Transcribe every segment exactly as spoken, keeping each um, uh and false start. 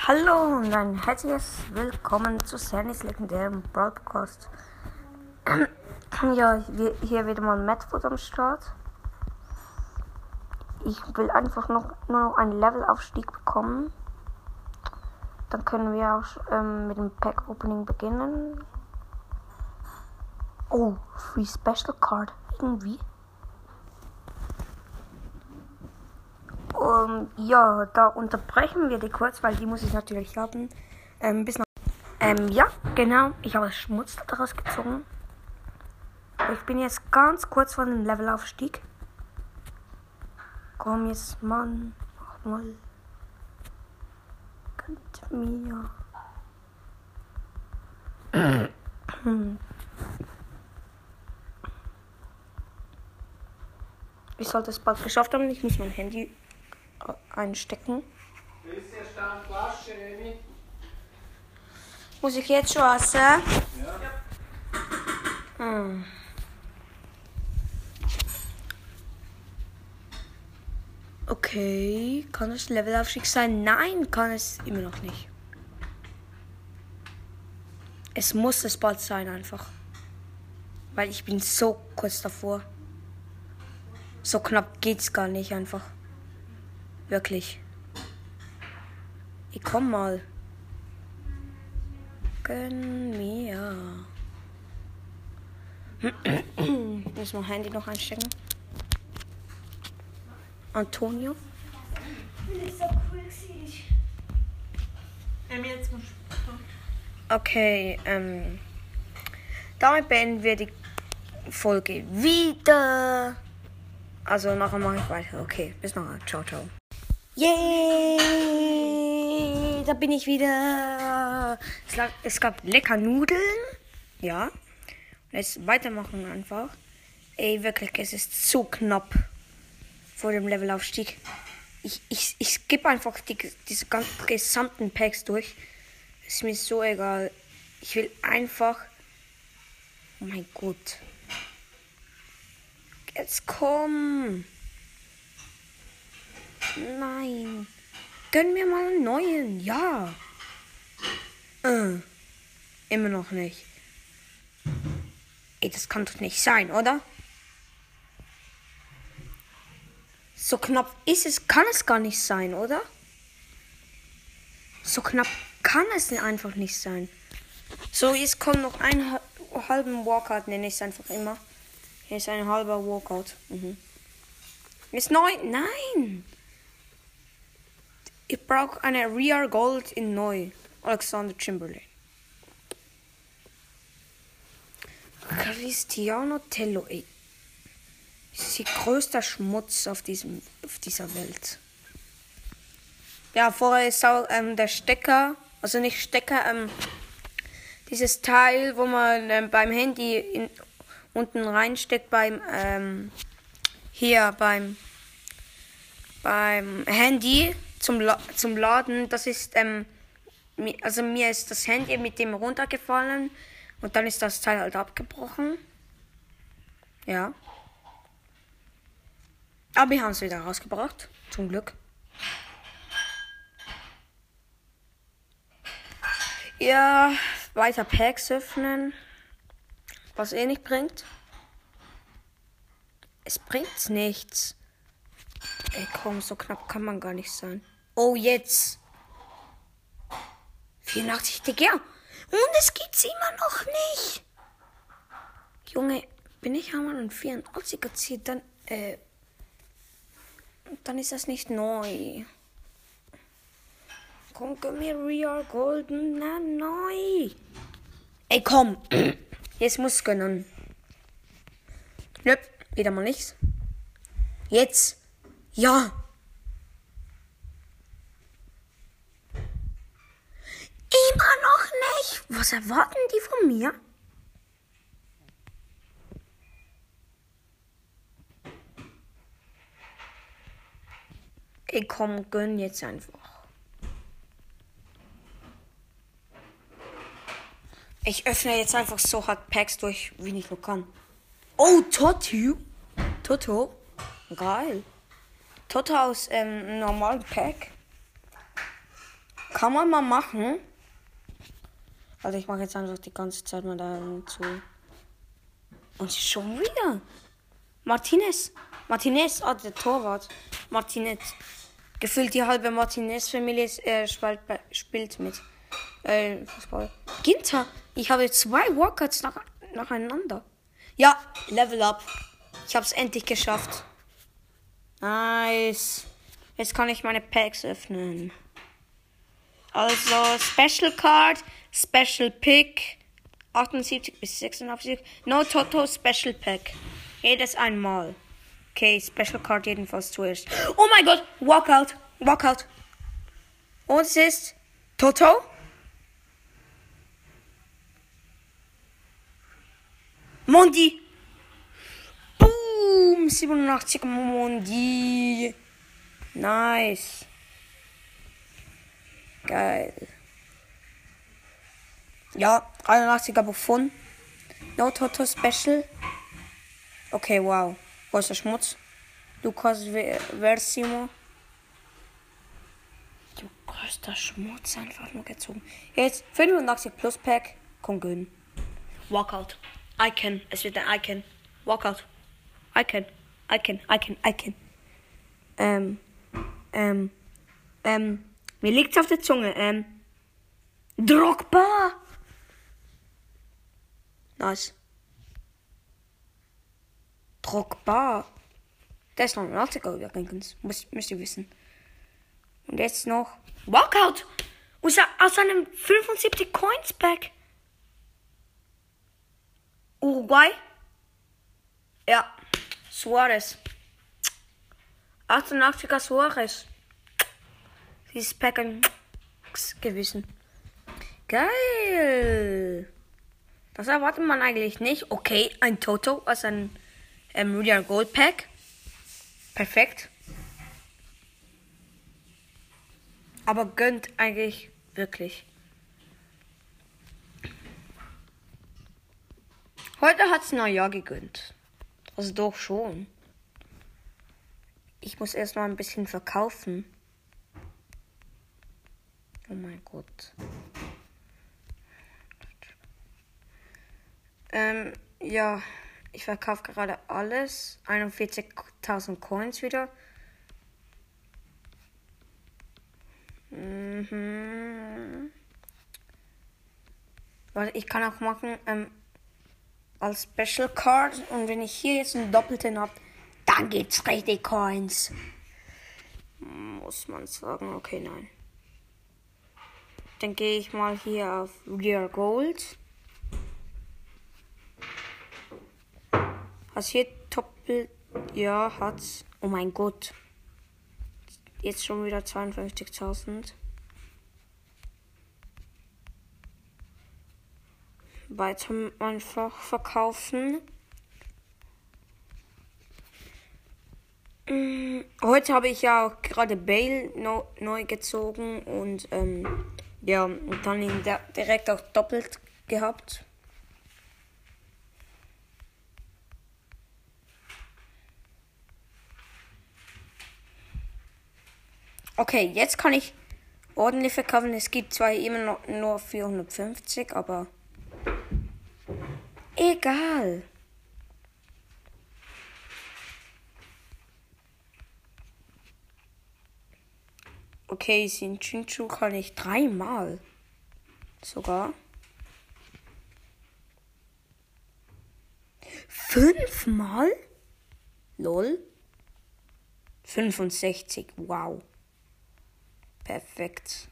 Hallo und ein herzliches Willkommen zu Sannys legendärem Broadcast. Ja, hier wieder mal Madfoot am Start. Ich will einfach noch, nur noch einen Levelaufstieg bekommen. Dann können wir auch ähm, mit dem Pack Opening beginnen. Oh, Free Special Card. Irgendwie. Um, ja, da unterbrechen wir die kurz, weil die muss ich natürlich haben. Ähm, bis nach. Ähm, ja, genau. Ich habe Schmutz daraus gezogen. Ich bin jetzt ganz kurz vor dem Levelaufstieg. Komm jetzt, Mann. Mach mal. Könnt mir. Ich sollte es bald geschafft haben. Ich muss mein Handy einstecken. Muss ich jetzt schon essen? Ja. Hm. Okay, kann es Levelaufstieg sein? Nein, kann es immer noch nicht. Es muss es bald sein einfach. Weil ich bin so kurz davor. So knapp geht's gar nicht einfach. Wirklich. Ich komm mal. Gönn mir. Muss mein Handy noch einstecken. Antonio. Okay, ähm. damit beenden wir die Folge wieder. Also nachher mache ich weiter. Okay, bis nachher. Ciao, ciao. Yay! Da bin ich wieder. Es, lag, es gab lecker Nudeln. Ja. Und jetzt weitermachen einfach. Ey, wirklich, es ist so knapp vor dem Levelaufstieg. Ich, ich, ich skippe einfach die, diese ganzen gesamten Packs durch. Ist mir so egal. Ich will einfach. Oh mein Gott. Jetzt komm. Nein. Gönn mir mal einen neuen. Ja. Äh. Immer noch nicht. Ey, das kann doch nicht sein, oder? So knapp ist es, kann es gar nicht sein, oder? So knapp kann es einfach nicht sein. So, jetzt kommt noch ein halben Walkout, nenne ich es einfach immer. Hier ist ein halber Walkout. Mhm. Ist neu? Nein! Ich brauche eine Rare Gold in neu. Alexander Chamberlain. Cristiano Tello, ey. Das ist der größte Schmutz auf, diesem, auf dieser Welt. Ja, vorher ist auch ähm, der Stecker, also nicht Stecker, ähm, dieses Teil, wo man ähm, beim Handy in, unten reinsteckt, beim, ähm, hier, beim, beim Handy zum, La- zum Laden, das ist, ähm, also mir ist das Handy mit dem runtergefallen und dann ist das Teil halt abgebrochen. Ja. Aber wir haben es wieder rausgebracht. Zum Glück. Ja, weiter Packs öffnen. Was eh nicht bringt. Es bringt nichts. Ey, komm, so knapp kann man gar nicht sein. Oh, jetzt. vierundachtzig D G. Und es gibt's immer noch nicht. Junge, bin ich einmal ein vierundachtziger ziehe, dann, äh, dann ist das nicht neu. Komm, gib mir Real Golden, na, neu. Ey, komm. Jetzt muss gönnen. Nöp, wieder mal nichts. Jetzt. Ja. Immer noch nicht. Was erwarten die von mir? Ey, komm, gönn jetzt einfach. Ich öffne jetzt einfach so hart Packs durch, wie ich nur kann. Oh, Toto. Toto. Geil. Toto aus ähm, normalen Pack. kann man mal machen. Also ich mache jetzt einfach die ganze Zeit mal da zu. Und schon wieder. Martinez. Martinez, ah, der Torwart. Martinez. Gefühlt die halbe Martinez-Familie äh, spielt, spielt mit. Äh, Fußball. Ginter. Ich habe zwei Walkouts nach, nacheinander. Ja, Level Up. Ich habe es endlich geschafft. Nice. Jetzt kann ich meine Packs öffnen. Also, Special Card, Special Pick, achtundsiebzig bis sechsundachtzig. No Toto Special Pack. Jedes einmal. Okay, Special Card jedenfalls zuerst. Oh mein Gott, Walkout, Walkout. Und es ist Toto. Mondi. Boom, siebenundachtzig Mondi. Nice. Geil. Ja, einundachtziger Buffon. No Toto Special. Okay, wow. Wo ist der Schmutz? Lukas Versimo. Du größter Schmutz einfach nur gezogen. Jetzt fünfundachtzig Plus Pack. Komm, gönn. Walkout. Icon. Es wird ein Icon. Walkout. Icon. Icon. Icon. Icon. Ähm. Ähm. Ähm. Mir liegt's auf der Zunge. Ähm. Drogba. Nice. Drogba. Der ist noch ein Artikel übrigens. Müsst, müsst ihr wissen. Und jetzt noch Walkout. Aus, aus einem fünfundsiebzig Coins Pack. Uruguay. Ja. Suarez. achtundachtziger Suarez. Dieses Pack ein Gewissen. Geil. Das erwartet man eigentlich nicht. Okay, ein Toto aus einem ähm, Real Gold Pack. Perfekt. Aber gönnt eigentlich wirklich. Heute hat's Neujahr gegönnt. Also doch schon. Ich muss erstmal ein bisschen verkaufen. Oh mein Gott. Ähm, ja, ich verkaufe gerade alles. einundvierzigtausend Coins wieder. Mhm. Warte, ich kann auch machen, ähm, als Special Card. Und wenn ich hier jetzt einen doppelten habe, dann gibt's richtig Coins. Muss man sagen, okay, nein. Dann gehe ich mal hier auf Real Gold. Hast hier doppelt? Ja, hat's. Oh mein Gott. Jetzt schon wieder zweiundfünfzigtausend. Weiter einfach verkaufen. Heute habe ich ja auch gerade Bale no, neu gezogen und ähm, ja, und dann ihn direkt auch doppelt gehabt. Okay, jetzt kann ich ordentlich verkaufen. Es gibt zwar immer noch nur vierhundertfünfzig, aber egal. Okay, Sinchinchu kann ich dreimal. Sogar. Fünfmal? Lol. fünfundsechzig. Wow. Perfekt.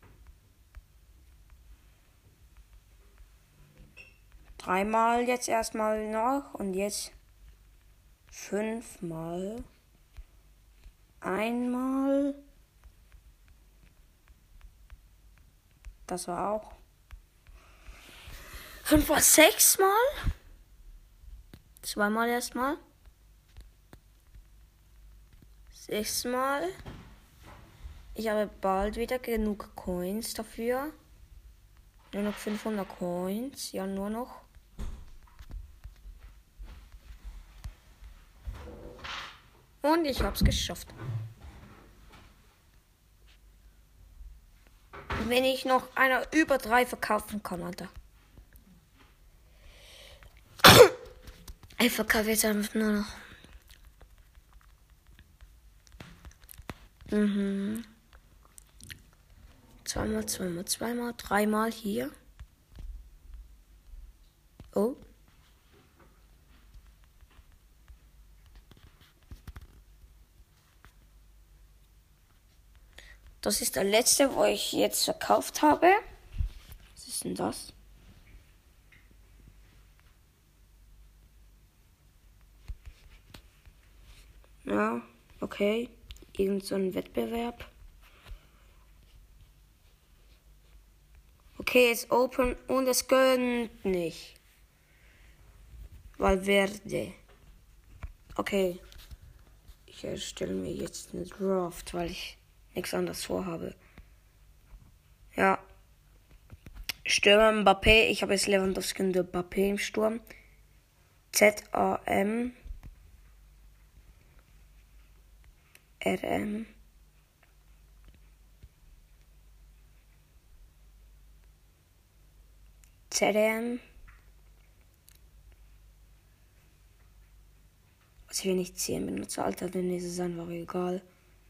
Dreimal jetzt erstmal noch und jetzt fünfmal. Einmal. Das war auch. Fünfmal, sechsmal. Zweimal erstmal. Sechsmal. Ich habe bald wieder genug Coins dafür. Nur noch fünfhundert Coins. Ja, nur noch. Und ich habe es geschafft. Wenn ich noch einer über drei verkaufen kann, Alter. Ich verkaufe jetzt einfach nur noch. Mhm. Zweimal, zweimal, zweimal, dreimal hier. Oh. Das ist der letzte, wo ich jetzt verkauft habe. Was ist denn das? Ja, okay. Irgend so ein Wettbewerb. Okay, ist open und es gönnt nicht. Valverde. Okay. Ich erstelle mir jetzt eine Draft, weil ich nichts anderes vorhabe. Ja. Stürmer Mbappé. Ich habe jetzt Lewandowski und Mbappé im Sturm. Z A M. R M. Z M. Was ich will nicht C M benutze, Alter, dann ist es einfach egal.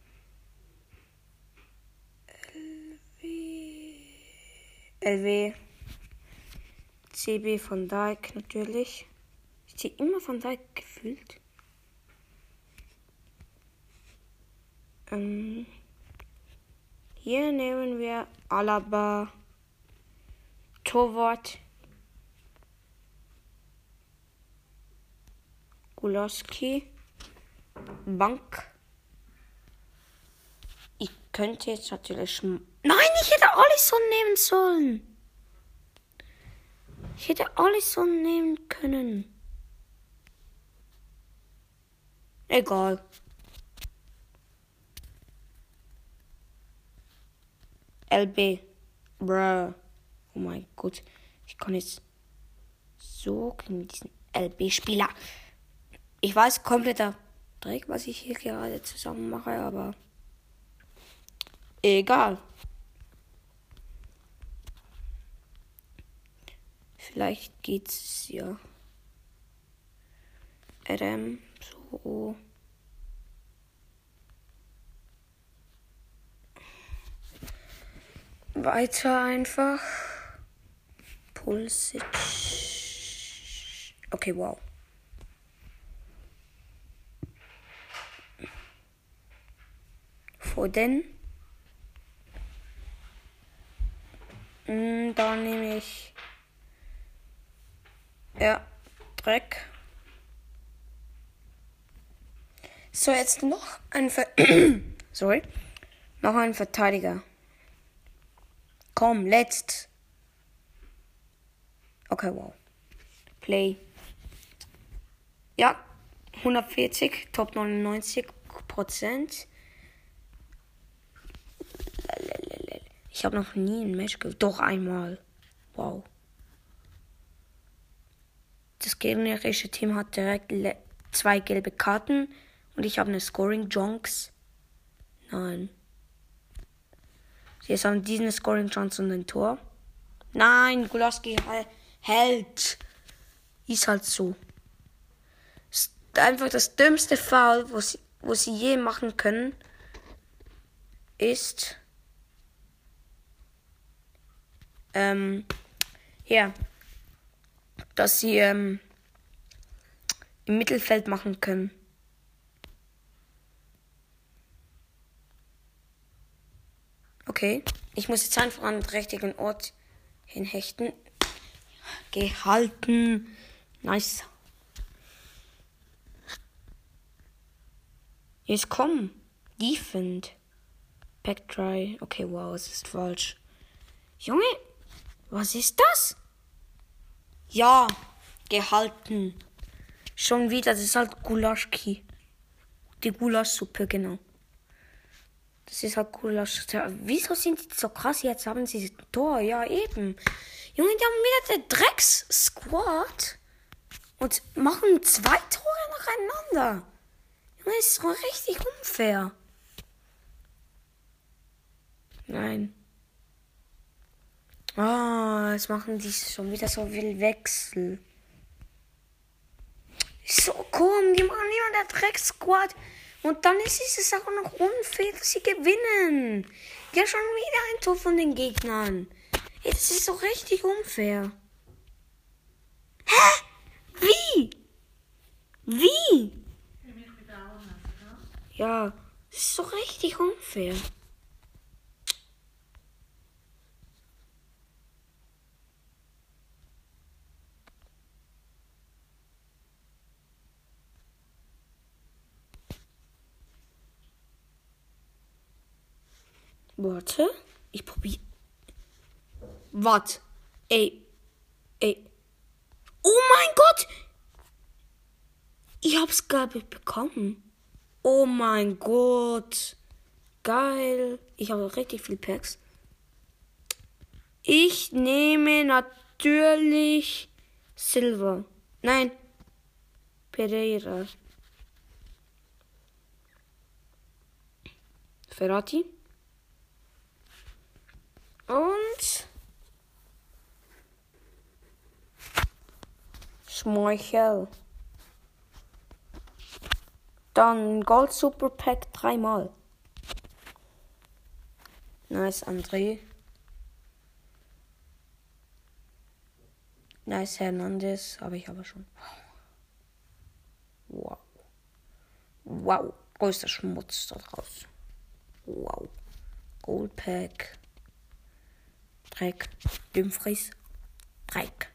L W. L W. C B von Dijk natürlich. Ich ziehe immer von Dijk gefühlt. Ähm, hier nehmen wir Alaba. Torwart. Gulowski. Bank. Ich könnte jetzt natürlich... Schm- Nein, ich hätte Alisson nehmen sollen. Ich hätte Alisson nehmen können. Egal. L B. Bruh. Oh mein Gott. Ich kann jetzt so gegen diesen L B-Spieler. Ich weiß, kompletter Dreck, was ich hier gerade zusammen mache, aber egal. Vielleicht geht's ja. R M, so. Weiter einfach. Pulisic. Okay, wow. Foden. Mm, da nehme ich. Ja, Dreck. So, jetzt noch ein Ver Sorry. Noch ein Verteidiger. Komm, letzt. Okay, wow. Play. Ja, hundertvierzig, Top neunundneunzig Prozent. Ich habe noch nie ein Match gewonnen. Doch einmal. Wow. Das gegnerische Team hat direkt le- zwei gelbe Karten und ich habe eine Scoring Chance. Nein. Sie haben diesen Scoring Chance und ein Tor. Nein, Gulowski hält. Ist halt so. Ist einfach das dümmste Foul, wo sie, wo sie je machen können, ist ähm, ja, dass sie ähm, im Mittelfeld machen können. Okay, ich muss jetzt einfach an den richtigen Ort hinhechten. Gehalten. Nice. Jetzt komm. Defend. Pack try. Okay, wow, es ist falsch. Junge, was ist das? Ja, gehalten. Schon wieder, das ist halt Gulaschki. Die Gulaschsuppe, genau. Das ist halt Gulasch. Wieso sind die so krass? Jetzt haben sie das Tor. Ja, eben. Junge, die haben wieder den Drecks-Squad und machen zwei Tore nacheinander. Junge, das ist so richtig unfair. Nein. Ah, jetzt machen die schon wieder so viel Wechsel. So, komm, die machen immer der Drecksquad. Und dann ist es auch noch unfair, dass sie gewinnen. Ja, schon wieder ein Tor von den Gegnern. Ey, das ist doch richtig unfair. Hä? Wie? Wie? Ja, das ist doch richtig unfair. Warte, ich probiere. Warte. Ey. Ey. Oh mein Gott! Ich hab's gerade bekommen. Oh mein Gott. Geil. Ich habe richtig viel Packs. Ich nehme natürlich Silver. Nein. Pereira. Ferrati. Und Schmeichel. Dann Gold Super Pack dreimal. Nice, André. Nice, Hernandez. Habe ich aber schon. Wow. Wow. Größter Schmutz da draußen. Wow. Gold Pack. Dreck. Dumfries. Dreck.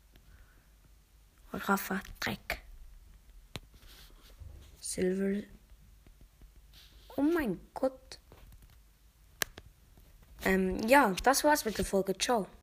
Rafa. Dreck. Silver. Oh mein Gott. Ähm, ja, das war's mit der Folge. Ciao.